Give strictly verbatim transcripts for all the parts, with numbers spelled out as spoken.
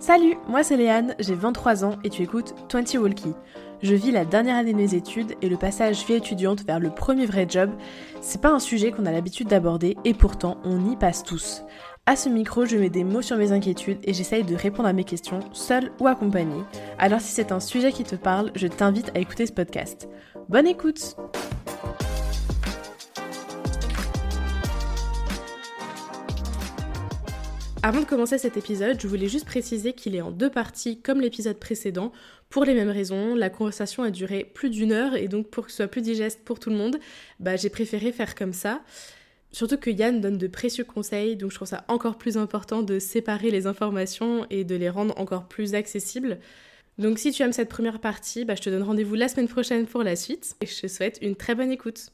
Salut, moi c'est Léane, j'ai vingt-trois ans et tu écoutes vingt Walkie. Je vis la dernière année de mes études et le passage vie étudiante vers le premier vrai job, c'est pas un sujet qu'on a l'habitude d'aborder et pourtant on y passe tous. À ce micro, je mets des mots sur mes inquiétudes et j'essaye de répondre à mes questions, seule ou accompagnée. Alors si c'est un sujet qui te parle, je t'invite à écouter ce podcast. Bonne écoute! Avant de commencer cet épisode, je voulais juste préciser qu'il est en deux parties comme l'épisode précédent. Pour les mêmes raisons, la conversation a duré plus d'une heure et donc pour que ce soit plus digeste pour tout le monde, bah, j'ai préféré faire comme ça. Surtout que Yann donne de précieux conseils, donc je trouve ça encore plus important de séparer les informations et de les rendre encore plus accessibles. Donc si tu aimes cette première partie, bah, je te donne rendez-vous la semaine prochaine pour la suite et je te souhaite une très bonne écoute.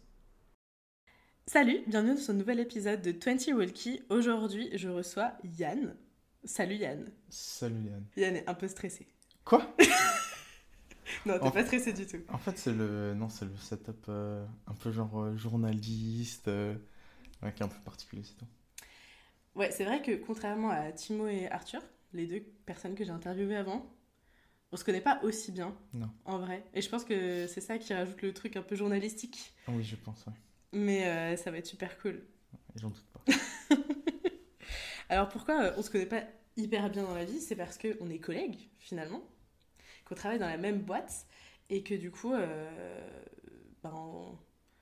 Salut, bienvenue dans ce nouvel épisode de vingt Walkie. Aujourd'hui, je reçois Yann. Salut Yann. Salut Yann. Yann est un peu stressé. Quoi? Non, t'es en pas stressé du tout. En fait, c'est le non, c'est le setup euh, un peu genre euh, journaliste, euh, ouais, qui est un peu particulier, c'est tout. Ouais, c'est vrai que contrairement à Timo et Arthur, les deux personnes que j'ai interviewées avant, on se connaît pas aussi bien. Non. En vrai. Et je pense que c'est ça qui rajoute le truc un peu journalistique. Ah oui, je pense, ouais. Mais euh, ça va être super cool. Ouais, j'en doute pas. Alors pourquoi euh, on se connaît pas hyper bien dans la vie? C'est parce qu'on est collègues, finalement, qu'on travaille dans la même boîte, et que du coup, euh, ben, on...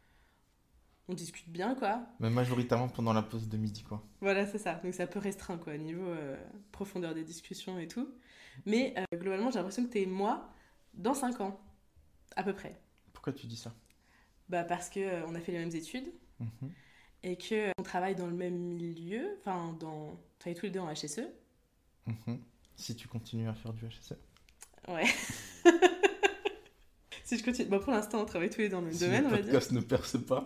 on discute bien, quoi. Mais majoritairement pendant la pause de midi, quoi. Voilà, c'est ça. Donc c'est un peu restreint, quoi, niveau euh, profondeur des discussions et tout. Mais euh, globalement, j'ai l'impression que t'es moi dans cinq ans, à peu près. Pourquoi tu dis ça? Bah parce qu'on euh, a fait les mêmes études. Mm-hmm. Et qu'on travaille dans le même milieu, enfin, dans... on travaille tous les deux en H S E. Mm-hmm. Si tu continues à faire du H S E. Ouais. Si je continue... Bon, pour l'instant, on travaille tous les deux dans le même si domaine, on va dire. Si le podcast ne perce pas.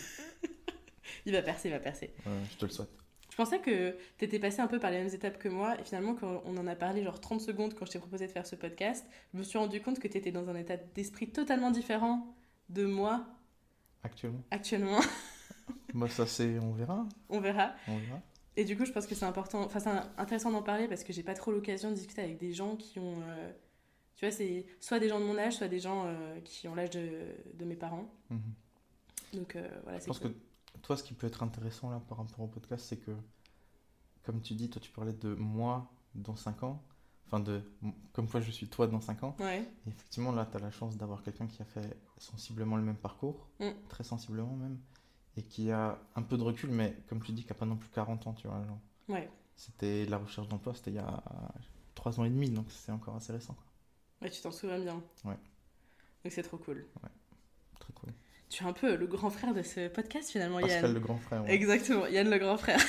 Il va percer, il va percer. Ouais, je te le souhaite. Je pensais que t'étais passé un peu par les mêmes étapes que moi, et finalement, quand on en a parlé genre trente secondes quand je t'ai proposé de faire ce podcast, je me suis rendu compte que t'étais dans un état d'esprit totalement différent de moi. Actuellement Actuellement. Bah ça c'est... on verra. On verra. On verra. Et du coup, je pense que c'est important, enfin c'est intéressant d'en parler parce que j'ai pas trop l'occasion de discuter avec des gens qui ont, euh, tu vois, c'est soit des gens de mon âge, soit des gens euh, qui ont l'âge de, de mes parents. Mm-hmm. Donc euh, voilà, je c'est pense cool. que toi, ce qui peut être intéressant là par rapport au podcast, c'est que, comme tu dis, toi tu parlais de moi dans cinq ans, enfin de comme quoi je suis toi dans cinq ans. Ouais. Et effectivement, là, tu as la chance d'avoir quelqu'un qui a fait sensiblement le même parcours, Mm. très sensiblement même, et qui a un peu de recul, mais comme tu dis, qui n'a pas non plus quarante ans, tu vois. Genre. Ouais. C'était la recherche d'emploi, c'était il y a trois ans et demi, donc c'est encore assez récent. Quoi. Ouais, tu t'en souviens bien. Ouais. Donc c'est trop cool. Ouais, très cool. Tu es un peu le grand frère de ce podcast finalement, Pascal Yann. le grand frère. Ouais. Exactement, Yann le grand frère.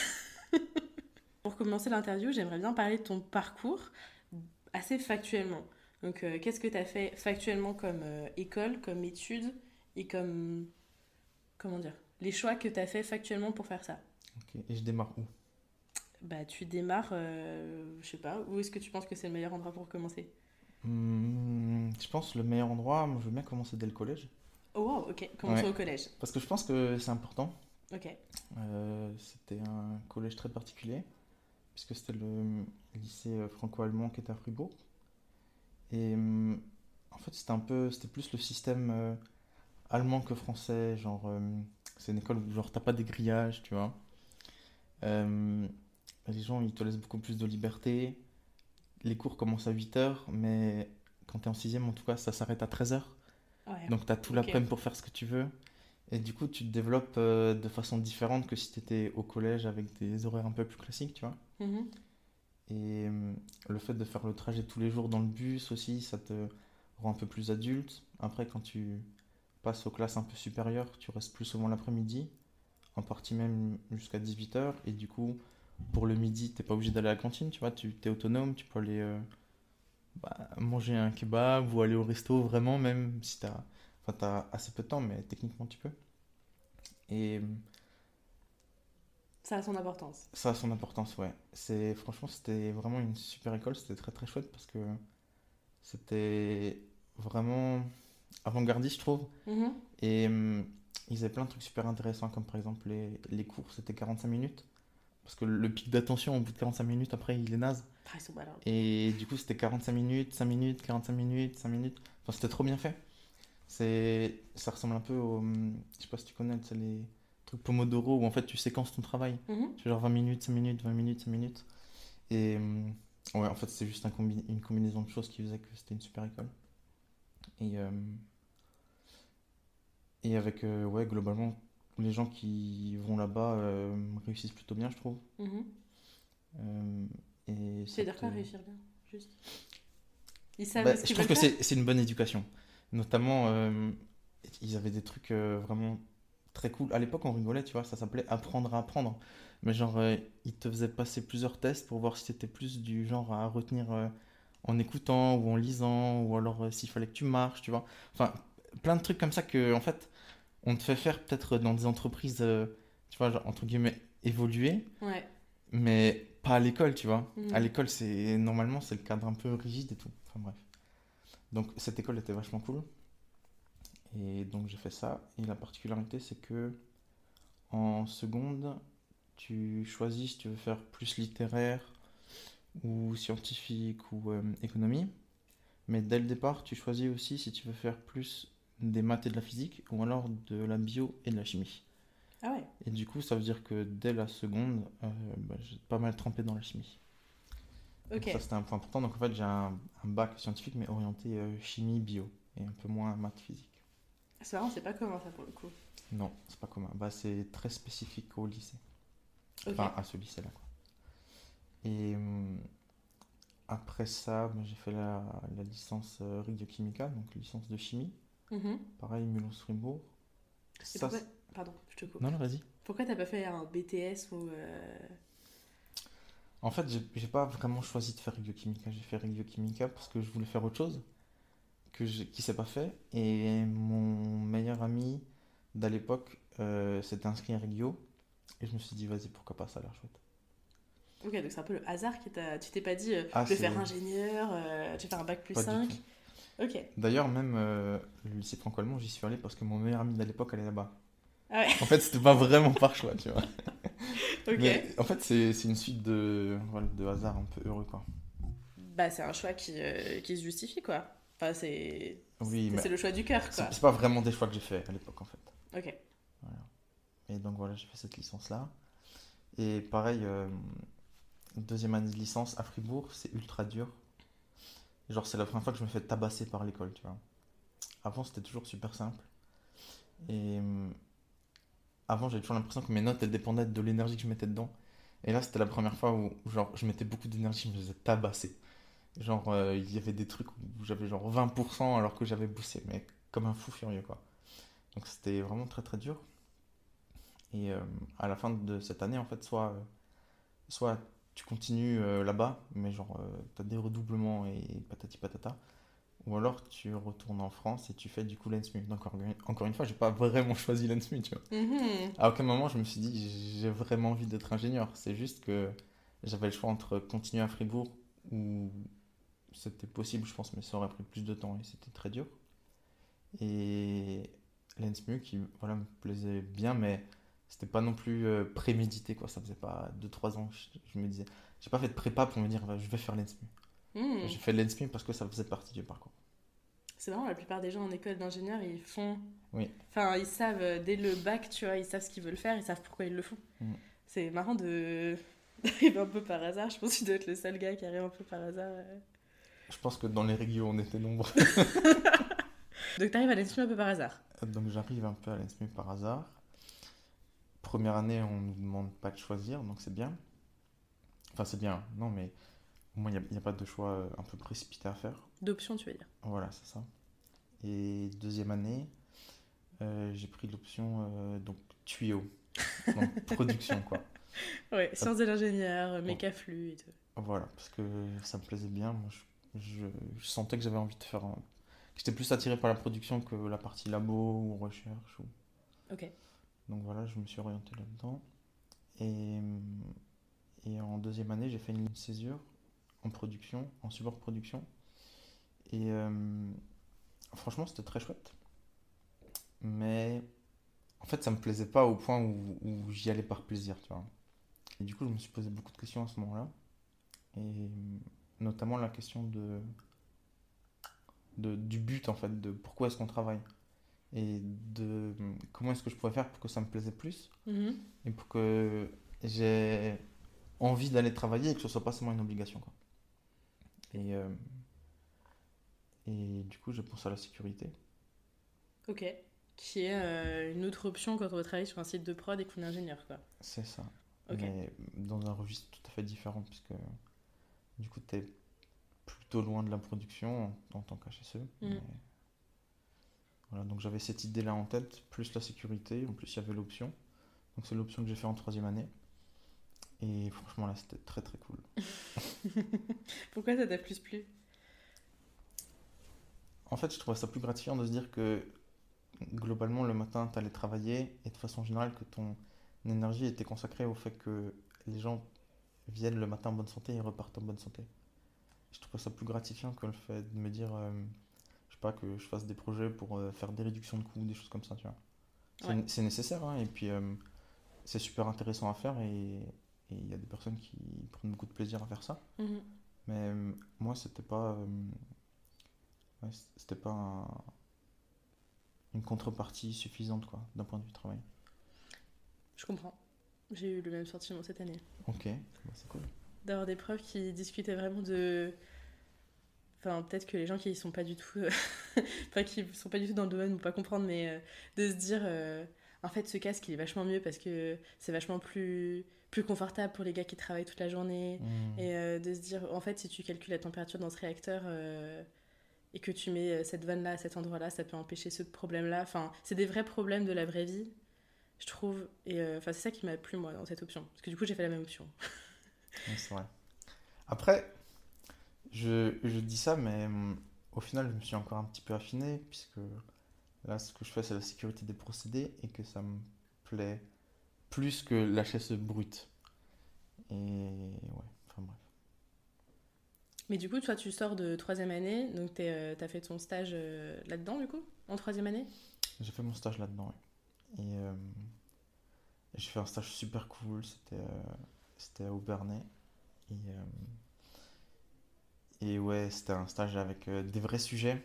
Pour commencer l'interview, j'aimerais bien parler de ton parcours assez factuellement. Donc, euh, qu'est-ce que tu as fait factuellement comme euh, école, comme études et comme. Comment dire? Les choix que tu as fait factuellement pour faire ça. Ok, et je démarre où? Bah, tu démarres, euh, je sais pas, où est-ce que tu penses que c'est le meilleur endroit pour commencer? Hum, je pense que le meilleur endroit, moi je veux bien commencer dès le collège. Oh wow, ok, commençons Ouais. au collège. Parce que je pense que c'est important. Ok. Euh, c'était un collège très particulier, puisque c'était le lycée franco-allemand qui était à Fribourg. Et euh, en fait, c'était un peu, c'était plus le système euh, allemand que français. Genre, euh, c'est une école où genre t'as pas des grillages, tu vois. Euh, les gens, ils te laissent beaucoup plus de liberté. Les cours commencent à huit heures, mais quand t'es en sixième, en tout cas, ça s'arrête à treize heures. Ouais. Donc t'as tout Ok. l'après-midi pour faire ce que tu veux. Et du coup, tu te développes euh, de façon différente que si t'étais au collège avec des horaires un peu plus classiques, tu vois. Mhm. Et euh, le fait de faire le trajet tous les jours dans le bus aussi, ça te rend un peu plus adulte. Après, quand tu passes aux classes un peu supérieures, tu restes plus souvent l'après-midi, en partie même jusqu'à dix-huit heures. Et du coup, pour le midi, t'es pas obligé d'aller à la cantine, tu vois, tu t'es autonome, tu peux aller euh, bah, manger un kebab ou aller au resto, vraiment, même si t'as, enfin, t'as assez peu de temps, mais techniquement tu peux. Et euh, Ça a son importance. ça a son importance, ouais. C'est, franchement, c'était vraiment une super école, c'était très très chouette parce que c'était vraiment avant-gardiste, je trouve. Mhm. Et hum, ils avaient plein de trucs super intéressants, comme par exemple les, les cours, c'était quarante-cinq minutes. Parce que le pic d'attention au bout de quarante-cinq minutes, après, il est naze. Ah, ils sont malins. Et du coup, c'était quarante-cinq minutes, cinq minutes, quarante-cinq minutes, cinq minutes. Enfin, c'était trop bien fait. C'est... Ça ressemble un peu au... hum, Je sais pas si tu connais, c'est les trucs Pomodoro où en fait tu séquences ton travail. Mhm. Tu fais genre vingt minutes, cinq minutes, vingt minutes, cinq minutes. Et hum, ouais, en fait, c'est juste un combi- une combinaison de choses qui faisait que c'était une super école. Et, euh, et avec, euh, ouais, globalement, les gens qui vont là-bas euh, réussissent plutôt bien, je trouve. Mhm. Euh, et ça C'est-à-dire te... quoi réussir bien? Juste. Ils Bah, savent ce je qu'ils trouve veulent que faire? c'est c'est une bonne éducation. Notamment, euh, ils avaient des trucs euh, vraiment très cool. À l'époque, on rigolait, tu vois, ça s'appelait apprendre à apprendre. Mais genre, euh, ils te faisaient passer plusieurs tests pour voir si c'était plus du genre à retenir euh, en écoutant ou en lisant, ou alors euh, s'il fallait que tu marches, tu vois. Enfin, plein de trucs comme ça que, en fait, on te fait faire peut-être dans des entreprises, euh, tu vois, genre, entre guillemets, évoluées, Ouais. mais pas à l'école, tu vois. À Mhm. l'école, c'est normalement, c'est le cadre un peu rigide et tout. Enfin bref. Donc cette école était vachement cool. Et donc j'ai fait ça. Et la particularité, c'est que en seconde, tu choisis si tu veux faire plus littéraire ou scientifique ou euh, économie. Mais dès le départ, tu choisis aussi si tu veux faire plus des maths et de la physique ou alors de la bio et de la chimie. Ah ouais. Et du coup, ça veut dire que dès la seconde, euh, bah, j'ai pas mal trempé dans la chimie. Donc ça, Ok. c'était un point important. Donc en fait, j'ai un, un bac scientifique, mais orienté euh, chimie, bio, et un peu moins maths, physique. C'est marrant, c'est pas commun ça pour le coup. Non, c'est pas commun. Bah, c'est très spécifique au lycée. Ok. Enfin, à ce lycée-là, quoi. Et hum, après ça, bah, j'ai fait la, la licence euh, Regio-Chimica, donc licence de chimie. Mhm. Pareil, Mulhouse-Fribourg. Et Ça, pourquoi... c'est- Pardon, je te coupe. non, non, vas-y. Pourquoi t'as pas fait un B T S ou... euh, En fait, j'ai j'ai pas vraiment choisi de faire Regio-Chimica. J'ai fait Regio-Chimica parce que je voulais faire autre chose que je, qui s'est pas fait. Et mon meilleur ami d'à l'époque euh, s'était inscrit à Regio. Et je me suis dit, vas-y, pourquoi pas, ça a l'air chouette. Ok, donc c'est un peu le hasard qui t'a... Tu t'es pas dit, euh, Ah, je vais faire c'est ingénieur, euh, je vais faire un bac plus pas du tout. cinq. Ok. D'ailleurs, même euh, le lycée franco-allemand, j'y suis allé parce que mon meilleur ami d'à l'époque allait là-bas. Ah ouais, En fait, c'était pas vraiment par choix, tu vois. Mais ok. en fait, c'est c'est une suite de, voilà, de hasard un peu heureux, quoi. Bah c'est un choix qui, euh, qui se justifie quoi. Enfin c'est... Oui, C'est mais c'est le choix du cœur quoi. c'est c'est pas vraiment des choix que j'ai fait à l'époque, en fait. Ok. Voilà. Et donc voilà, j'ai fait cette licence-là. Et pareil, euh, deuxième année de licence à Fribourg, c'est ultra dur. Genre, c'est la première fois que je me fais tabasser par l'école, tu vois. Avant, c'était toujours super simple. Et euh, avant, j'avais toujours l'impression que mes notes, elles dépendaient de l'énergie que je mettais dedans. Et là, c'était la première fois où, où, genre, je mettais beaucoup d'énergie, je me faisais tabasser. Genre, euh, il y avait des trucs où j'avais genre vingt pour cent alors que j'avais bossé, mais comme un fou furieux, quoi. Donc, c'était vraiment très très dur. Et euh, à la fin de cette année, en fait, soit, euh, soit tu continues euh, là-bas, mais genre, euh, t'as des redoublements et patati patata. Ou alors tu retournes en France et tu fais du coup l'E N S M U. Donc, encore encore une fois, j'ai pas vraiment choisi l'E N S M U, tu vois. Mhm. À aucun moment, je me suis dit, j'ai vraiment envie d'être ingénieur. C'est juste que j'avais le choix entre continuer à Fribourg ou c'était possible, je pense, mais ça aurait pris plus de temps et c'était très dur. Et l'E N S M U qui voilà, me plaisait bien, mais c'était pas non plus euh, prémédité, quoi. Ça faisait pas deux trois ans. Je, je me disais, j'ai pas fait de prépa pour me dire, bah, je vais faire l'E N S M U. Mhm. J'ai fait l'E N S M U parce que ça faisait partie du parcours. C'est marrant, la plupart des gens en école d'ingénieur ils font... Oui. Enfin ils savent euh, dès le bac tu vois, ils savent ce qu'ils veulent faire, ils savent pourquoi ils le font. Mm. C'est marrant de... d'arriver un peu par hasard, je pense que tu dois être le seul gars qui arrive un peu par hasard. euh. Je pense que dans les régions, on était nombreux. Donc t'arrives à l'Institut un peu par hasard. Donc j'arrive un peu à l'E N S M U par hasard. Première année, on nous demande pas de choisir, donc c'est bien. Enfin, c'est bien, non, mais au moins, il n'y a, a pas de choix euh, un peu précipité à faire. D'options tu veux dire. Voilà, c'est ça. Et deuxième année, euh, j'ai pris l'option euh, donc tuyau, donc production, quoi. Ouais, Euh, sciences de l'ingénieur, bon, méca flux et tout. voilà, parce que ça me plaisait bien. Moi, je, je- je sentais que j'avais envie de faire. un- que J'étais plus attiré par la production que la partie labo ou recherche. Ou... Ok. Donc voilà, je me suis orienté là-dedans. Et, et en deuxième année, j'ai fait une césure en production, en support production. Et euh, franchement, c'était très chouette. Mais en fait, ça me plaisait pas au point où, où j'y allais par plaisir, tu vois. Et du coup, je me suis posé beaucoup de questions à ce moment-là. Et notamment la question de, de, du but, en fait, de pourquoi est-ce qu'on travaille. Et de comment est-ce que je pourrais faire pour que ça me plaisait plus. Mhm. Et pour que j'ai envie d'aller travailler et que ce soit pas seulement une obligation, quoi. Et, euh, et du coup, je pense à la sécurité. Ok. Qui est euh, une autre option quand on va travailler sur un site de prod et qu'on est ingénieur, quoi. C'est ça. Ok. Mais dans un registre tout à fait différent, puisque du coup, tu es plutôt loin de la production en, en tant qu'H S E. Mm. Mais voilà, donc j'avais cette idée-là en tête, plus la sécurité, en plus il y avait l'option. Donc c'est l'option que j'ai fait en troisième année. Et franchement, là, c'était très très cool. Pourquoi ça t'a plus plu? En fait, je trouvais ça plus gratifiant de se dire que globalement, le matin, tu allais travailler et de façon générale, que ton énergie était consacrée au fait que les gens viennent le matin en bonne santé et repartent en bonne santé. Je trouvais ça plus gratifiant que le fait de me dire, euh, je sais pas, que je fasse des projets pour euh, faire des réductions de coûts, des choses comme ça, tu vois. C'est Ouais. c'est nécessaire, hein, et puis euh, c'est super intéressant à faire et et il y a des personnes qui prennent beaucoup de plaisir à faire ça. Mhm. Mais euh, moi, c'était pas, euh, ouais, c'était pas un- une contrepartie suffisante, quoi, d'un point de vue travail. Je comprends. J'ai eu le même sentiment cette année. Ok, bah, c'est cool. D'avoir des profs qui discutaient vraiment de... Enfin, peut-être que les gens qui sont pas du tout... enfin, qui sont pas du tout dans le domaine vont pas comprendre, mais euh, de se dire... euh, en fait, ce casque, il est vachement mieux parce que c'est vachement plus, plus confortable pour les gars qui travaillent toute la journée. Hmm. Et euh, de se dire, en fait, si tu calcules la température dans ce réacteur euh, et que tu mets euh, cette vanne-là à cet endroit-là, ça peut empêcher ce problème-là. Enfin, c'est des vrais problèmes de la vraie vie, je trouve. Et euh, enfin, c'est ça qui m'a plu, moi, dans cette option. Parce que du coup, j'ai fait la même option. Ouais, c'est vrai. Après, je, je dis ça, mais hum, au final, je me suis encore un petit peu affiné, puisque là, ce que je fais, c'est la sécurité des procédés, et que ça me plaît plus que l'H S E brut. Et ouais, enfin bref. Mais du coup, toi, tu sors de troisième année, donc t'es, euh, t'as fait ton stage euh, là-dedans, du coup, en troisième année. J'ai fait mon stage là-dedans, ouais. Et euh, j'ai fait un stage super cool, c'était euh, c'était à Aubernais. Et, euh, et ouais, c'était un stage avec euh, des vrais sujets.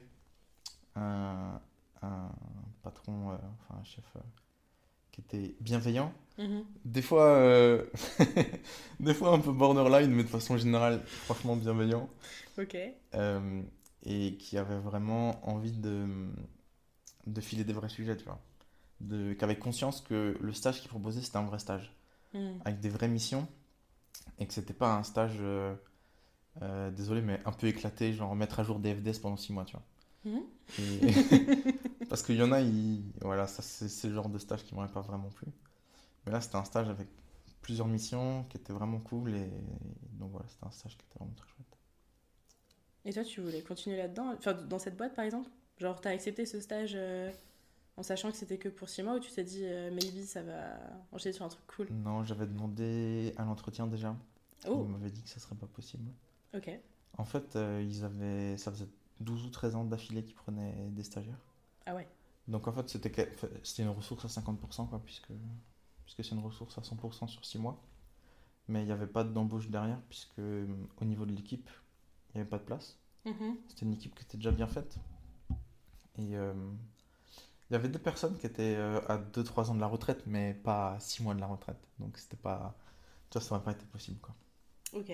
Un, un patron, euh, enfin un chef euh, qui était bienveillant. Mhm. Des fois, euh, des fois un peu borderline, mais de façon générale, franchement bienveillant. Ok. Euh, et qui avait vraiment envie de, de filer des vrais sujets, tu vois. De, qui avait conscience que le stage qu'il proposait, c'était un vrai stage, Mhm. avec des vraies missions, et que c'était pas un stage, euh, euh, désolé, mais un peu éclaté, genre mettre à jour des F D S pendant six mois, tu vois. Mhm. Et parce qu'il y en a, ils, voilà, ça c'est c'est le genre de stage qui m'aurait pas vraiment plu. Mais là, c'était un stage avec plusieurs missions qui étaient vraiment cool, et donc voilà, c'était un stage qui était vraiment très chouette. Et toi, tu voulais continuer là-dedans, enfin, dans cette boîte, par exemple? Genre, t'as accepté ce stage euh, en sachant que c'était que pour six mois ou tu t'es dit, euh, maybe, ça va enchaîner sur un truc cool? Non, j'avais demandé à l'entretien déjà. Ils Oh, m'avaient dit que ça serait pas possible. ok. En fait, euh, ils avaient, ça faisait douze ou treize ans d'affilée qu'ils prenaient des stagiaires. Ah ouais. Donc en fait, c'était que- enfin, c'était une ressource à cinquante pour cent, quoi, puisque, puisque c'est une ressource à cent pour cent sur six mois. Mais il n'y avait pas d'embauche derrière, puisque euh, au niveau de l'équipe, il n'y avait pas de place. Mhm. C'était une équipe qui était déjà bien faite. Et euh, il y avait deux personnes qui étaient euh, à deux trois ans de la retraite, mais pas à six mois de la retraite. Donc c'était pas. Tu vois, ça n'aurait pas été possible, quoi. Ok.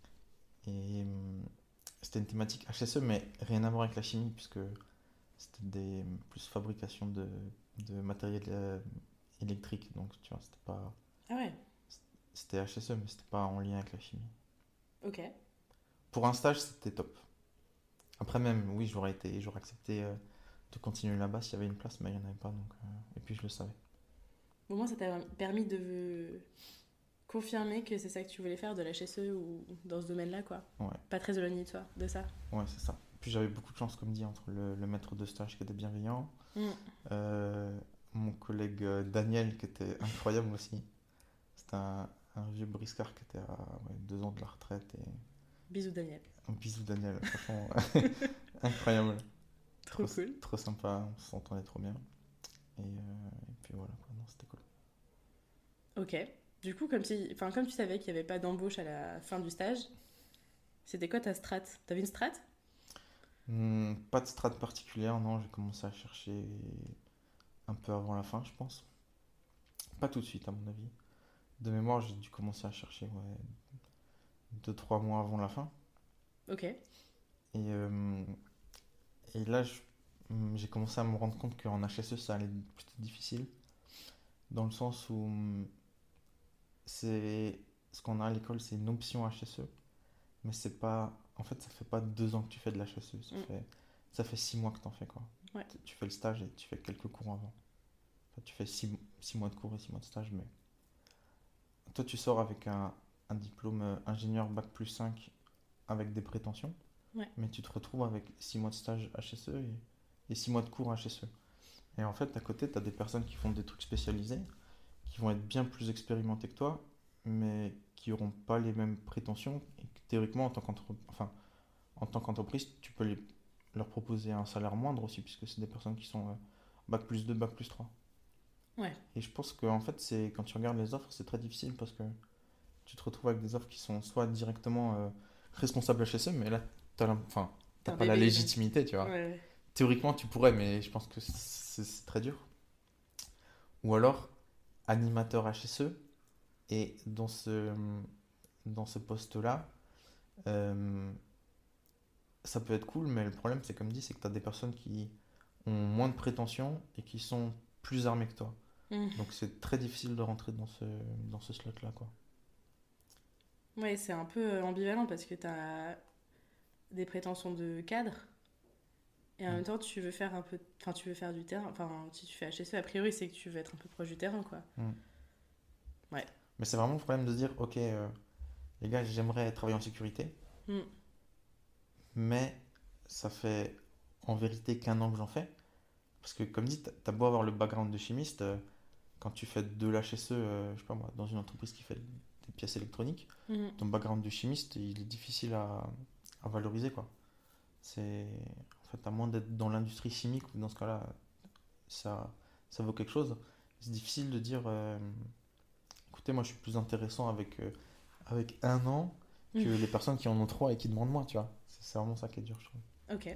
Et euh, c'était une thématique H S E, mais rien à voir avec la chimie, puisque c'était des plus fabrication de, de matériel euh, électrique. Donc tu vois, c'était pas. Ah ouais. C'était H S E, mais c'était pas en lien avec la chimie. Ok. Pour un stage, c'était top. Après même, oui, j'aurais été, j'aurais accepté euh, de continuer là-bas s'il y avait une place, mais il n'y en avait pas, donc, euh, et puis je le savais. Au moins, ça t'a permis de confirmer que c'est ça que tu voulais faire, de l'H S E ou dans ce domaine-là, quoi. Ouais, Pas très éloigné de toi, de ça. ouais, c'est ça. Puis j'avais beaucoup de chance, comme dit, entre le, le maître de stage qui était bienveillant, Mm. euh, mon collègue euh, Daniel qui était incroyable aussi. C'était un, un vieux briscard qui était à ouais, deux ans de la retraite, et Bisous, Daniel. un bisou Daniel, franchement, incroyable. Trop Trop, cool. trop sympa, on s'entendait trop bien. Et, euh, et puis voilà, quoi, non, c'était cool. Ok. Du coup, comme, si, enfin, comme tu savais qu'il n'y avait pas d'embauche à la fin du stage, c'était quoi ta strat? T'avais une strat? Hmm, pas de strat particulière, non, j'ai commencé à chercher un peu avant la fin, je pense. Pas tout de suite, à mon avis. De mémoire, j'ai dû commencer à chercher, ouais, deux trois mois avant la fin. Ok. Et, euh, et là, je- hmm, j'ai commencé à me rendre compte qu'en H S E, ça allait être plutôt difficile. Dans le sens où hmm, c'est ce qu'on a à l'école, c'est une option H S E. Mais c'est pas. En fait, ça fait pas deux ans que tu fais de l'H S E. Ça Mm. fait, ça fait six mois que t'en fais, quoi. Ouais. Tu tu fais le stage et tu fais quelques cours avant. Enfin, tu fais six, six mois de cours et six mois de stage, mais toi, tu sors avec un, un diplôme euh, ingénieur bac plus cinq avec des prétentions, Ouais. mais tu te retrouves avec six mois de stage H S E et, et six mois de cours H S E. Et en fait, à côté, tu as des personnes qui font des trucs spécialisés, qui vont être bien plus expérimentées que toi, mais qui n'auront pas les mêmes prétentions. Et que, théoriquement, en tant qu'entre- enfin, en tant qu'entreprise, tu peux les- leur proposer un salaire moindre aussi, puisque c'est des personnes qui sont euh, bac plus deux, bac plus trois. Ouais. Et je pense que en fait, c'est quand tu regardes les offres, c'est très difficile parce que tu te retrouves avec des offres qui sont soit directement euh, responsables H S E, mais là, t'as l'im- enfin, T'es t'as un pas la bébé, donc. légitimité, tu vois. Ouais. Théoriquement, tu pourrais, mais je pense que c'est c'est très dur. Ou alors, animateur H S E, et dans ce, dans ce poste-là, euh, ça peut être cool, mais le problème, c'est comme dit, c'est que tu as des personnes qui ont moins de prétentions et qui sont plus armées que toi. Mm. Donc c'est très difficile de rentrer dans ce, dans ce slot-là, quoi. Ouais, c'est un peu euh, ambivalent parce que t'as des prétentions de cadre et en Mm. même temps tu veux faire un peu, enfin tu veux faire du terrain. Enfin, si tu fais H S E, a priori c'est que tu veux être un peu proche du terrain, quoi. Mm. Ouais. Mais c'est vraiment le problème de se dire, ok, euh, les gars, j'aimerais travailler en sécurité, Mm. mais ça fait en vérité qu'un an que j'en fais. Parce que comme dit, t'as t'as beau avoir le background de chimiste, euh, quand tu fais de l'H S E, euh, je sais pas moi, dans une entreprise qui fait des pièces électroniques, Mm. ton background de chimiste, il est difficile à, à valoriser, quoi. C'est, en fait, à moins d'être dans l'industrie chimique, ou dans ce cas-là, ça, ça vaut quelque chose. C'est difficile de dire, euh, écoutez, moi je suis plus intéressant avec, euh, avec un an que Mm. les personnes qui en ont trois et qui demandent moins, tu vois. C'est c'est vraiment ça qui est dur, je trouve. Ok.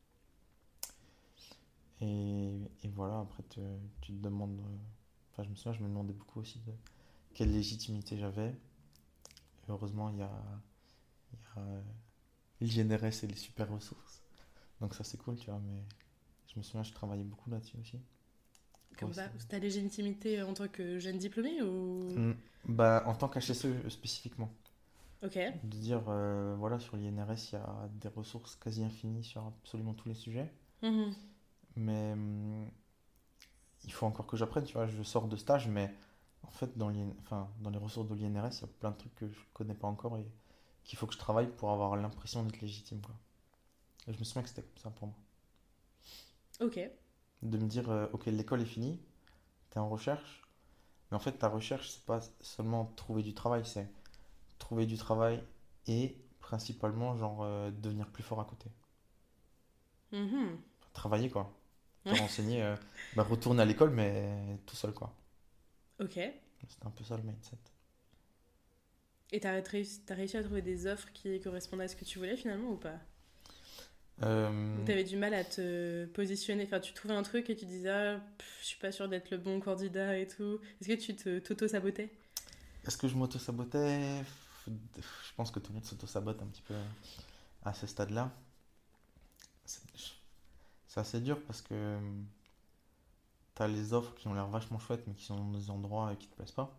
Et, et voilà, après, te- tu te demandes. euh, Enfin, je me souviens, je me demandais beaucoup aussi de quelle légitimité j'avais. Et heureusement, il y a, il y a euh, l'I N R S et les super ressources. Donc ça, c'est cool, tu vois. Mais je me souviens, je travaillais beaucoup là-dessus aussi. Pour Comme ça, essayer. t'as légitimité en tant que jeune diplômé ou... Hmm, Bah, en tant qu'H S E spécifiquement, Ok. de dire, euh, voilà, sur l'I N R S, il y a des ressources quasi infinies sur absolument tous les sujets. Mhm. Mais hum, il faut encore que j'apprenne, tu vois. Je sors de stage, mais en fait, dans l'I N enfin, dans les ressources de l'I N R S, il y a plein de trucs que je connais pas encore et qu'il faut que je travaille pour avoir l'impression d'être légitime, quoi. Et je me souviens que c'était comme ça pour moi. Ok. De me dire, euh, ok, l'école est finie, t'es en recherche, mais en fait, ta recherche, c'est pas seulement trouver du travail, c'est trouver du travail et principalement, genre, euh, devenir plus fort à côté. Mhm. Enfin, travailler, quoi. Te Ouais. renseigner, euh, bah, retourner à l'école, mais tout seul, quoi. Ok. C'était un peu ça le mindset. Et t'as réussi, t'as réussi à trouver des offres qui correspondaient à ce que tu voulais finalement ou pas? Ou Euh, t'avais du mal à te positionner, enfin tu trouvais un truc et tu disais ah, pff, je suis pas sûre d'être le bon candidat et tout. Est-ce que tu te t'auto-sabotais? Est-ce que je m'auto-sabotais? Je pense que tout le monde s'auto-sabote un petit peu à ce stade-là. C'est c'est assez dur parce que euh, t'as les offres qui ont l'air vachement chouettes mais qui sont dans des endroits qui te plaisent pas.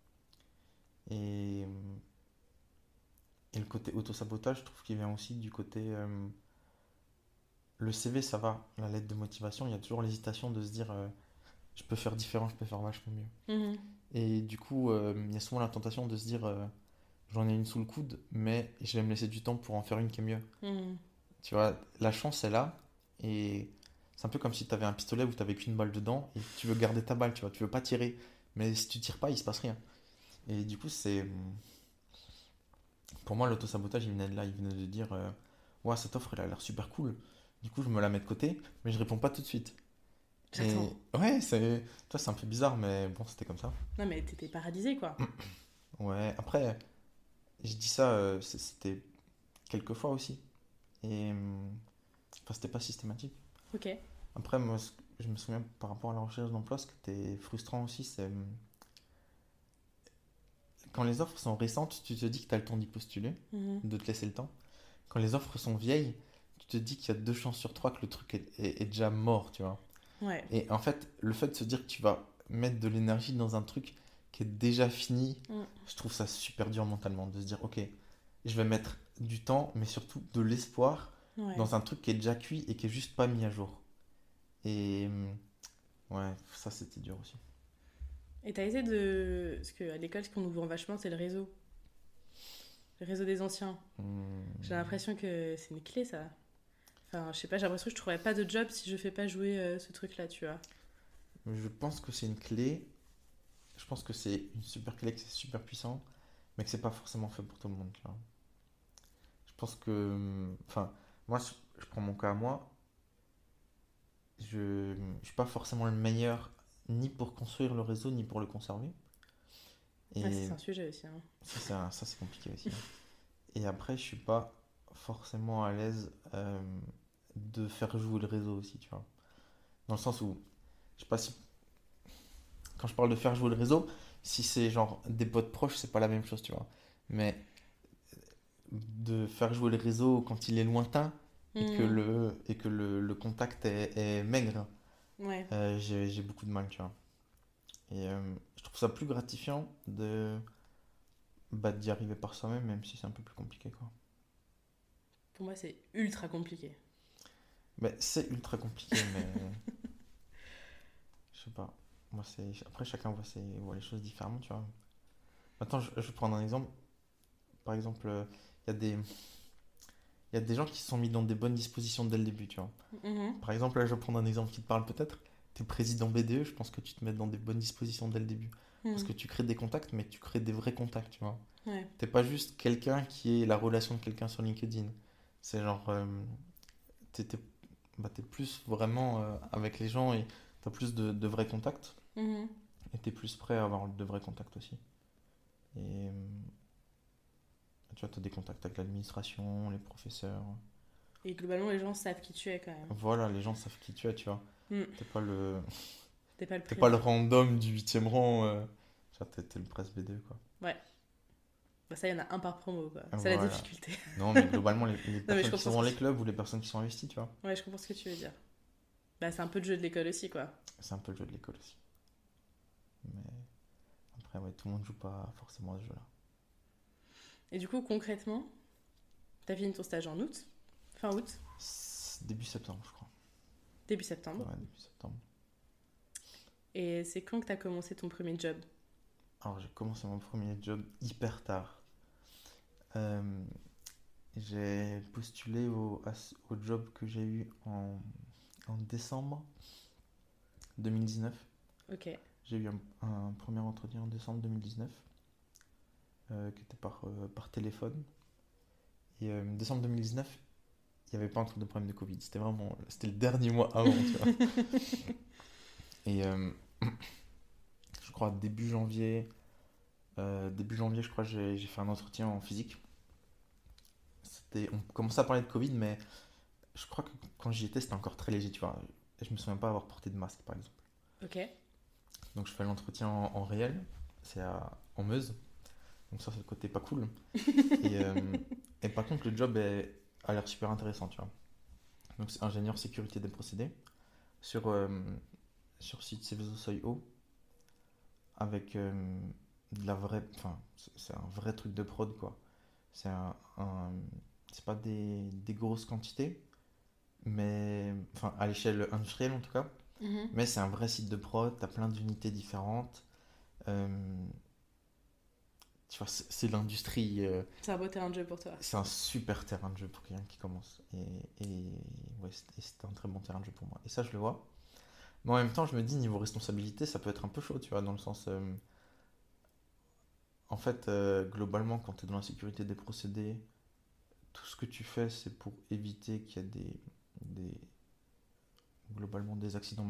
Et, euh, et le côté auto-sabotage, je trouve qu'il vient aussi du côté... euh, le C V, ça va. La lettre de motivation, il y a toujours l'hésitation de se dire euh, je peux faire différent, je peux faire vachement mieux. Mhm. Et du coup, euh, il y a souvent la tentation de se dire euh, j'en ai une sous le coude, mais je vais me laisser du temps pour en faire une qui est mieux. Mhm. Tu vois, la chance est là et c'est un peu comme si tu avais un pistolet où tu n'avais qu'une balle dedans et tu veux garder ta balle, tu vois, tu veux pas tirer. Mais si tu tires pas, il se passe rien. Et du coup, c'est. Pour moi, l'autosabotage, il venait de là. Il venait de dire euh, ouais, cette offre, elle a l'air super cool. Du coup, je me la mets de côté, mais je réponds pas tout de suite. Et J'attends. ouais, c'est, toi, c'est un peu bizarre, mais bon, c'était comme ça. Non, mais t'étais paralysé, quoi. Ouais, après, je dis ça, euh, c'est- c'était quelques fois aussi. Et hum, enfin, c'était pas systématique. Ok. Après, moi, ce que je me souviens par rapport à la recherche d'emploi, ce qui était frustrant aussi, c'est hum, quand les offres sont récentes, tu te dis que tu as le temps d'y postuler, Mhm. de te laisser le temps. Quand les offres sont vieilles, tu te dis qu'il y a deux chances sur trois que le truc est, est- est déjà mort, tu vois. Ouais. Et en fait, le fait de se dire que tu vas mettre de l'énergie dans un truc qui est déjà fini, Mm. je trouve ça super dur mentalement de se dire, ok, je vais mettre du temps, mais surtout de l'espoir Ouais. dans un truc qui est déjà cuit et qui est juste pas mis à jour. Et hum, ouais, ça c'était dur aussi. Et t'as essayé de... Parce qu'à l'école, ce qu'on nous vend vachement, c'est le réseau. Le réseau des anciens. J'ai Hum, l'impression que c'est une clé, ça. Enfin, je sais pas, j'ai l'impression que je trouverais pas de job si je fais pas jouer euh, ce truc-là, tu vois. je pense que c'est une clé, je pense que c'est une super clé, que c'est super puissant, mais que c'est pas forcément fait pour tout le monde, tu vois. Je pense que, hum, enfin, moi, je, je prends mon cas à moi, je ne suis pas forcément le meilleur ni pour construire le réseau ni pour le conserver. Ouais, ça, Et c'est un sujet aussi, hein. ça, c'est un- ça, c'est compliqué aussi, hein. Et après, je suis pas forcément à l'aise euh, de faire jouer le réseau aussi, tu vois. Dans le sens où, je sais pas si, quand je parle de faire jouer le réseau, si c'est genre des potes proches, c'est pas la même chose, tu vois. Mais de faire jouer le réseau quand il est lointain et que Mhm. le, et que le, le contact est, est maigre, Ouais. euh, j'ai, j'ai beaucoup de mal, tu vois. Et euh, je trouve ça plus gratifiant de bah, d'y arriver par soi-même, même si c'est un peu plus compliqué, quoi. Pour moi, c'est ultra compliqué. Mais c'est ultra compliqué, mais je sais pas. Moi, c'est... Après, chacun voit, ses... voit les choses différemment, tu vois. Maintenant, je, je vais prendre un exemple. Par exemple, euh, il y a des... il y a des gens qui se sont mis dans des bonnes dispositions dès le début, tu vois. Mhm. Par exemple, là, je vais prendre un exemple qui te parle peut-être. T'es président B D E, je pense que tu te mets dans des bonnes dispositions dès le début. Parce Mhm. que tu crées des contacts, mais tu crées des vrais contacts, tu vois. Ouais. T'es pas juste quelqu'un qui est la relation de quelqu'un sur LinkedIn. C'est genre, euh, t'es, t'es- bah, t'es plus vraiment euh, avec les gens et t'as plus de, de vrais contacts. Mhm. Et t'es plus prêt à avoir de vrais contacts aussi. Et euh, tu vois, t'as des contacts avec l'administration, les professeurs. Et globalement, les gens savent qui tu es quand même. Voilà, les gens savent qui tu es, tu vois. Mm. T'es pas le, T'es pas le t'es pas le président. random du huitième rang. euh, tu vois, t'es, t'es le presse B deux, quoi. Ouais. Bah, ça, il y en a un par promo, quoi. C'est la Voilà. difficulté. Non, mais globalement, les, les Non, mais je personnes qui comprends sont ce dans que les tu... clubs ou les personnes qui sont investies, tu vois. Ouais, je comprends ce que tu veux dire. Bah, c'est un peu le jeu de l'école aussi, quoi. C'est un peu le jeu de l'école aussi. Mais après, ouais, tout le monde joue pas forcément à ce jeu-là. Et du coup, concrètement, t'as fini ton stage en août, fin août, C'est début septembre, je crois. début septembre. Ouais, début septembre. Et c'est quand que t'as commencé ton premier job? Alors, j'ai commencé mon premier job hyper tard. Euh, j'ai postulé au, à ce- au job que j'ai eu en, en décembre deux mille dix-neuf. Ok. J'ai eu un, un premier entretien en décembre deux mille dix-neuf euh, qui était par, euh, par téléphone. Et euh, décembre deux mille dix-neuf, il n'y avait pas un truc de problème de Covid. C'était vraiment, c'était le dernier mois avant, tu vois. Et euh, je crois début janvier, euh, début janvier, je crois, j'ai j'ai fait un entretien en physique. C'était, on commençait à parler de Covid, mais je crois que quand j'y étais, c'était encore très léger, tu vois. Et je me souviens pas avoir porté de masque, par exemple. Ok. Donc je fais l'entretien en, en réel, c'est à- en Meuse. Donc ça, c'est le côté pas cool. Et, euh, et par contre, le job est- a l'air super intéressant, tu vois. Donc c'est ingénieur sécurité des procédés sur, euh, sur site Céveso-Soy-Eau avec euh, de la vraie... Enfin, c'est c'est un vrai truc de prod, quoi. C'est un, un- c'est pas des, des grosses quantités, mais... Enfin, à l'échelle industrielle, en tout cas. Mhm. Mais c'est un vrai site de prod, t'as plein d'unités différentes. Euh, tu vois, c'est c'est l'industrie... euh, C'est un beau terrain de jeu pour toi. c'est un super terrain de jeu pour quelqu'un qui commence. Et, et ouais, c'était c'était un très bon terrain de jeu pour moi. Et ça, je le vois. Mais en même temps, je me dis, niveau responsabilité, ça peut être un peu chaud, tu vois, dans le sens... euh, en fait, euh, globalement, quand tu es dans la sécurité des procédés, tout ce que tu fais, c'est pour éviter qu'il y ait des, des, globalement des accidents majeurs.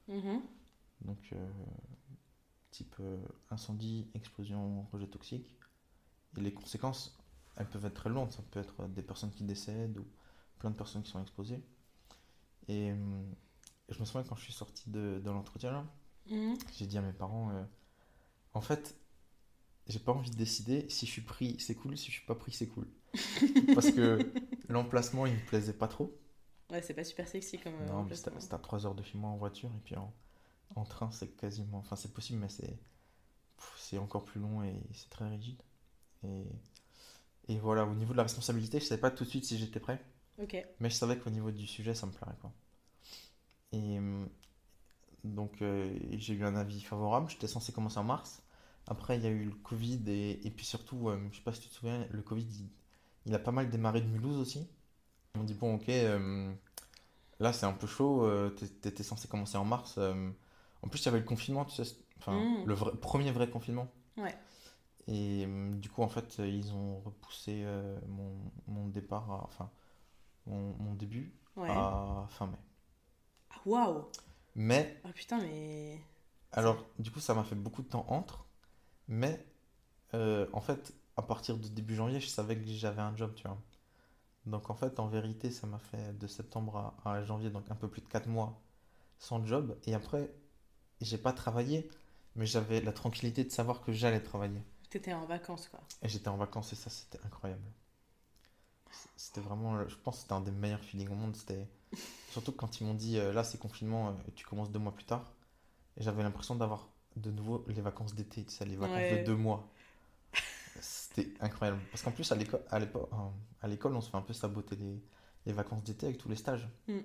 Mhm. Donc, euh, type euh, incendie, explosion, rejet toxique. Et les conséquences, elles peuvent être très lourdes. Ça peut être des personnes qui décèdent ou plein de personnes qui sont exposées. Et hum, je me souviens quand je suis sorti de, de l'entretien, là, Mhm. j'ai dit à mes parents, euh, en fait, j'ai pas envie de décider. Si je suis pris, c'est cool. Si je suis pas pris, c'est cool. Parce que l'emplacement, il me plaisait pas trop. Ouais, c'est pas super sexy comme euh, Non, mais c'était emplacement. c'était à trois heures de chez moi en voiture. Et puis en, en train, c'est quasiment. Enfin, c'est possible, mais c'est pff, c'est encore plus long et c'est très rigide. Et, et voilà, au niveau de la responsabilité, je savais pas tout de suite si j'étais prêt. Ok. Mais je savais qu'au niveau du sujet, ça me plairait, quoi. Et hum, donc, euh, j'ai eu un avis favorable. J'étais censé commencer en mars. Après, il y a eu le Covid. Et, et puis surtout, euh, je sais pas si tu te souviens, le Covid, il, il a pas mal démarré de Mulhouse aussi. Ils m'ont dit, bon, ok, euh, là c'est un peu chaud. euh, t'é- T'étais censé commencer en mars. euh. En plus, il y avait le confinement, tu sais. c'est- Enfin, Mhm. le vrai- premier vrai confinement. Ouais. Et hum, du coup, en fait, ils ont repoussé euh, mon, mon départ, à- enfin, mon, mon début Ouais. à fin mai. Ah, waouh! Mais, Ah putain, mais. C'est. alors, du coup, ça m'a fait beaucoup de temps entre. Mais, euh, en fait, à partir de début janvier, je savais que j'avais un job, tu vois. Donc, en fait, en vérité, ça m'a fait de septembre à, à janvier, donc un peu plus de quatre mois sans job. Et après, j'ai pas travaillé, mais j'avais la tranquillité de savoir que j'allais travailler. T'étais en vacances, quoi. Et j'étais en vacances et ça, c'était incroyable. C'était vraiment, je pense que c'était un des meilleurs feelings au monde. C'était surtout quand ils m'ont dit euh, là c'est confinement, euh, tu commences deux mois plus tard. Et j'avais l'impression d'avoir de nouveau les vacances d'été, tu sais, les vacances de deux Ouais. mois. C'était incroyable. Parce qu'en plus à l'école, à l'époque, euh, à l'école, on se fait un peu saboter les, les vacances d'été avec tous les stages. Mm.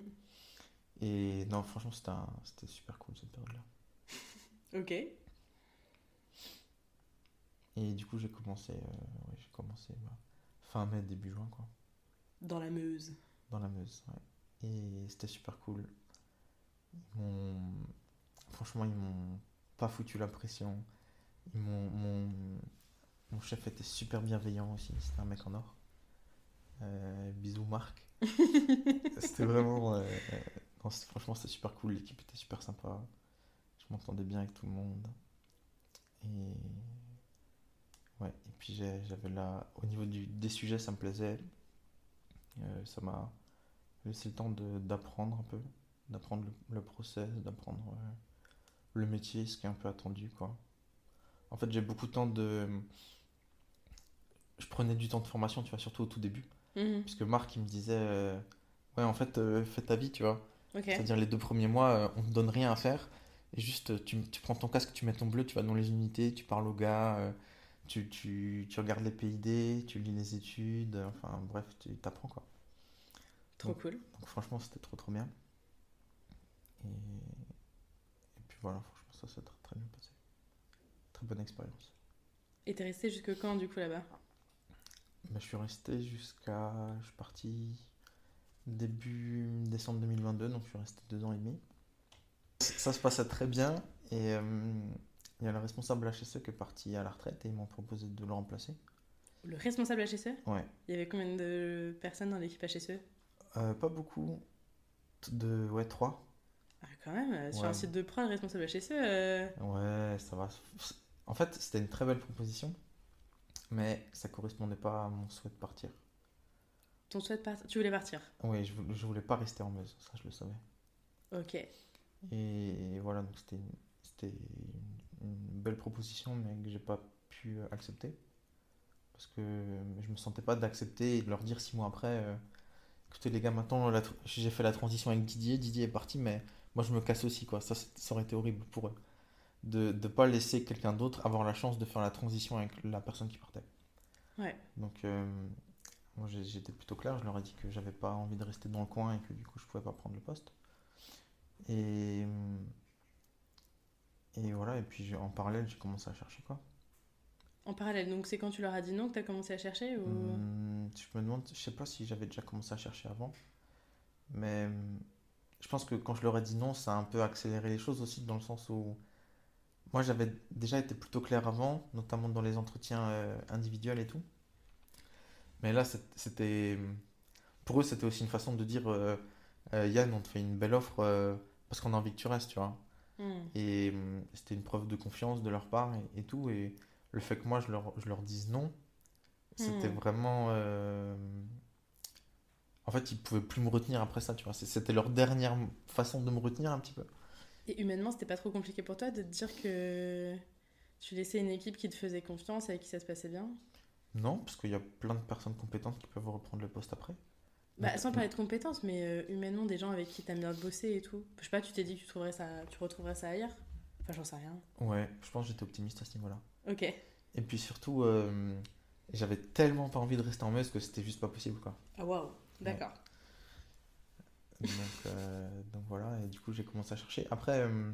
Et non, franchement, c'était un- c'était super cool cette période-là. Ok. Et du coup, j'ai commencé, euh, ouais, j'ai commencé bah, fin mai, début juin, quoi, Dans la Meuse. dans la Meuse. Ouais. Et c'était super cool. Ils m'ont- Franchement, ils m'ont pas foutu la pression. Ils m'ont, mon, mon chef était super bienveillant aussi. C'était un mec en or. Euh, bisous Marc. C'était vraiment. euh, euh, non, c'était- franchement, c'était super cool. L'équipe était super sympa. Je m'entendais bien avec tout le monde. Et ouais. Et puis j'ai- j'avais là. Au niveau du, des sujets, ça me plaisait. Euh, ça m'a laissé le temps de- d'apprendre un peu. D'apprendre le, le process, d'apprendre euh, le métier, ce qui est un peu attendu, quoi. En fait, j'ai beaucoup de temps de. Je prenais du temps de formation, tu vois, surtout au tout début. Mhm. Puisque Marc, il me disait, euh, ouais, en fait, euh, fais ta vie, tu vois. Ok. C'est-à-dire les deux premiers mois, euh, on te donne rien à faire. Et juste, euh, tu, tu prends ton casque, tu mets ton bleu, tu vas dans les unités, tu parles aux gars, euh, tu, tu, tu regardes les P I D, tu lis les études, euh, enfin bref, tu t'apprends quoi. Trop Donc, cool. donc franchement, c'était trop trop bien. Et, et puis voilà, franchement, ça s'est très, très bien passé. Très bonne expérience. Et t'es resté jusque quand, du coup, là-bas? Mais je suis resté jusqu'à. Je suis parti début décembre deux mille vingt-deux, donc je suis resté deux ans et demi. Ça se passait très bien et euh, il y a le responsable H S E qui est parti à la retraite et ils m'ont proposé de le remplacer. Le responsable H S E? Ouais. Il y avait combien de personnes dans l'équipe H S E? Euh, pas beaucoup. De. Ouais, trois. Ah, quand même, euh, sur un Ouais. site de prod, responsable H S E, euh, Ouais, ça va. En fait, c'était une très belle proposition, mais ça correspondait pas à mon souhait de partir. ton souhait de partir. Tu voulais partir? Oui, je, vou- je voulais pas rester en Meuse, ça je le savais. Ok. Et voilà, donc c'était une, c'était une, une belle proposition, mais que j'ai pas pu euh, accepter. Parce que je me sentais pas d'accepter et de leur dire six mois après, euh, écoutez les gars, maintenant la tr- j'ai fait la transition avec Didier, Didier est parti, mais moi je me casse aussi, quoi. Ça, c'est- ça aurait été horrible pour eux. De ne pas laisser quelqu'un d'autre avoir la chance de faire la transition avec la personne qui partait. Ouais. Donc euh, moi j'ai- j'étais plutôt clair, je leur ai dit que j'avais pas envie de rester dans le coin et que du coup je pouvais pas prendre le poste. Et, et voilà, et puis j'ai- en parallèle j'ai commencé à chercher quoi. En parallèle, donc c'est quand tu leur as dit non que t'as commencé à chercher ou... Hum, je me demande, je sais pas si j'avais déjà commencé à chercher avant, mais hum, je pense que quand je leur ai dit non, ça a un peu accéléré les choses aussi dans le sens où moi j'avais déjà été plutôt clair avant, notamment dans les entretiens euh, individuels et tout. Mais là c'est- c'était, pour eux c'était aussi une façon de dire euh, euh, Yann, on te fait une belle offre euh, parce qu'on a envie que tu restes, tu vois. Mmh. Et hum, c'était une preuve de confiance de leur part et, et tout. Et le fait que moi, je leur, je leur dise non, c'était Mmh. vraiment... euh, En fait, ils pouvaient plus me retenir après ça, tu vois. C'est- C'était leur dernière façon de me retenir un petit peu. Et humainement, c'était pas trop compliqué pour toi de te dire que tu laissais une équipe qui te faisait confiance et avec qui ça se passait bien? Non, parce qu'il y a plein de personnes compétentes qui peuvent reprendre le poste après. Bah, Donc, sans parler de compétences, mais euh, humainement, des gens avec qui t'aimes bien bosser et tout. Je sais pas, tu t'es dit que tu, trouverais ça, tu retrouverais ça ailleurs? Enfin, j'en sais rien. ouais, je pense que j'étais optimiste à ce niveau-là. Ok. Et puis surtout, euh, j'avais tellement pas envie de rester en Meuse que c'était juste pas possible, quoi. Ah, waouh, d'accord. Donc, euh, donc voilà, et du coup, j'ai commencé à chercher. Après, euh,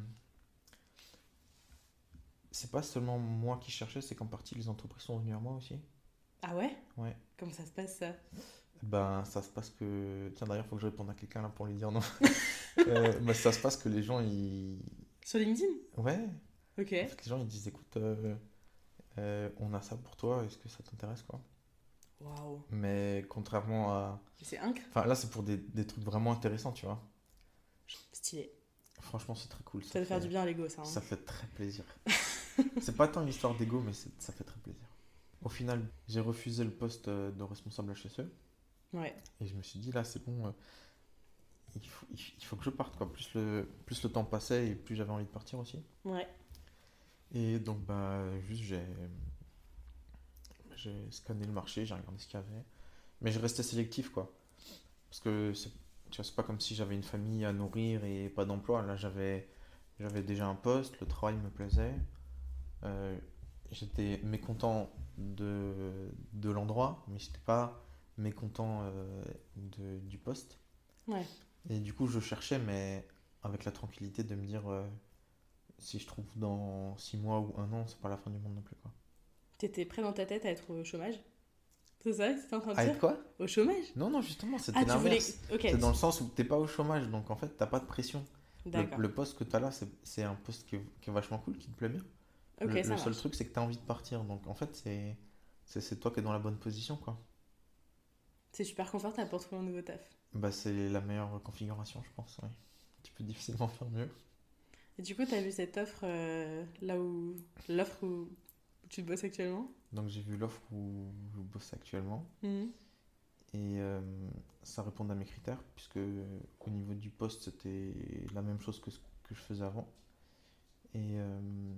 c'est pas seulement moi qui cherchais, c'est qu'en partie, les entreprises sont venues à moi aussi. Ah ouais? Ouais. Comment ça se passe ça? Ben, ça se passe que. Tiens, d'ailleurs, faut que je réponde à quelqu'un là pour lui dire non. Euh, ben, ça se passe que les gens, ils. Sur LinkedIn? Ouais, Ok. en fait, les gens, ils disent écoute, euh, euh, on a ça pour toi, est-ce que ça t'intéresse, quoi? Waouh. Mais contrairement à. Mais c'est inc. Enfin, là, c'est pour des, des trucs vraiment intéressants, tu vois. Stylé. Franchement, c'est très cool. Ça doit faire fait, du bien à l'ego, ça. Hein. ça fait très plaisir. C'est pas tant une histoire d'ego, mais c'est- ça fait très plaisir. Au final, j'ai refusé le poste euh, de responsable H S E Ouais. et je me suis dit là, c'est bon, euh, il faut, il il faut que je parte, quoi. Plus le, plus le temps passait et plus j'avais envie de partir aussi. Ouais. Et donc, bah, juste j'ai, j'ai scanné le marché, j'ai regardé ce qu'il y avait. Mais je restais sélectif, quoi. Parce que c'est, tu vois, c'est pas comme si j'avais une famille à nourrir et pas d'emploi. Là, j'avais, j'avais déjà un poste, le travail me plaisait. Euh, J'étais mécontent de, de l'endroit, mais j'étais pas mécontent euh, de, du poste. Ouais. Et du coup, je cherchais, mais avec la tranquillité de me dire euh, si je trouve dans six mois ou un an, c'est pas la fin du monde non plus, quoi. T'étais prêt dans ta tête à être au chômage? C'est ça que t'étais en train de À dire? être quoi? Au chômage? Non, non, justement, c'était Ah, tu voulais. l'inverse. Ok. C'est dans le sens où t'es pas au chômage, donc en fait, t'as pas de pression. Le, D'accord. le poste que t'as là, c'est c'est un poste qui est, qui est vachement cool, qui te plaît bien. Ok, Le, ça le seul marche. truc, c'est que t'as envie de partir, donc en fait, c'est c'est c'est toi qui es dans la bonne position, quoi. C'est super confortable pour trouver un nouveau taf. Bah, c'est la meilleure configuration, je pense, oui. Tu peux difficilement faire mieux. Et du coup, t'as vu cette offre euh, là où. L'offre où tu bosses actuellement? Donc, j'ai vu l'offre où je bosse actuellement Mhm. et euh, ça répond à mes critères, puisque au niveau du poste, c'était la même chose que ce que je faisais avant. Et, euh,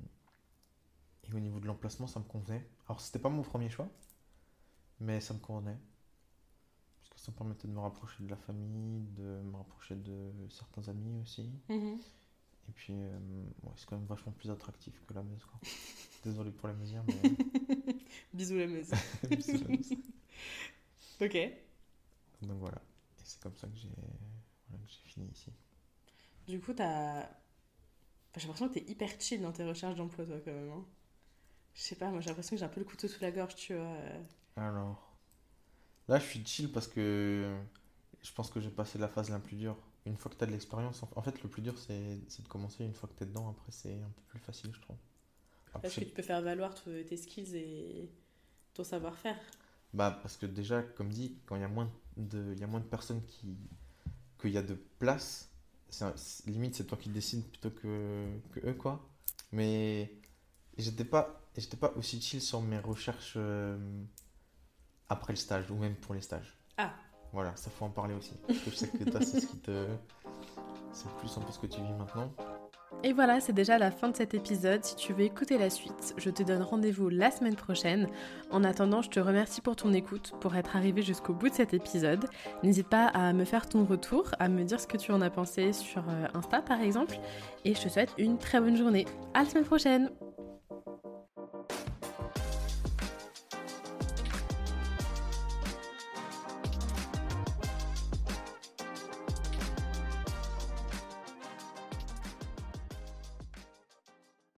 et au niveau de l'emplacement, ça me convenait. Alors, c'était pas mon premier choix, mais ça me convenait. Parce que ça me permettait de me rapprocher de la famille, de me rapprocher de certains amis aussi. Mhm. Et puis, euh, ouais, c'est quand même vachement plus attractif que la Meuse, quoi. Désolé pour les Meusiens, mais. Bisous la Meuse. Bisous, la Meuse. Ok. Donc voilà. Et c'est comme ça que j'ai voilà, que j'ai fini ici. Du coup, t'as. Enfin, j'ai l'impression que t'es hyper chill dans tes recherches d'emploi, toi, quand même. Hein. Je sais pas, moi j'ai l'impression que j'ai un peu le couteau sous la gorge, tu vois. euh. Alors, là, je suis chill parce que je pense que j'ai passé la phase la plus dure. Une fois que tu as de l'expérience, en en fait, le plus dur, c'est c'est de commencer. Une fois que tu es dedans, après, c'est un peu plus facile, je trouve. Après, Parce je que sais- tu peux faire valoir t- tes skills et ton savoir-faire. bah, parce que déjà, comme dit, quand il y a moins de, il y a moins de personnes qui, qu'il y a de place, c'est un- c'est- limite, c'est toi qui décides plutôt que, que eux, quoi. Mais j'étais pas, j'étais pas aussi chill sur mes recherches euh, après le stage, ou même pour les stages. Ah, Voilà, ça faut en parler aussi. Parce que je sais que toi, c'est ce qui te. C'est plus un peu ce que tu vis maintenant. et voilà, c'est déjà la fin de cet épisode. Si tu veux écouter la suite, je te donne rendez-vous la semaine prochaine. En attendant, je te remercie pour ton écoute, pour être arrivé jusqu'au bout de cet épisode. N'hésite pas à me faire ton retour, à me dire ce que tu en as pensé sur euh, Insta par exemple. Et je te souhaite une très bonne journée. À la semaine prochaine!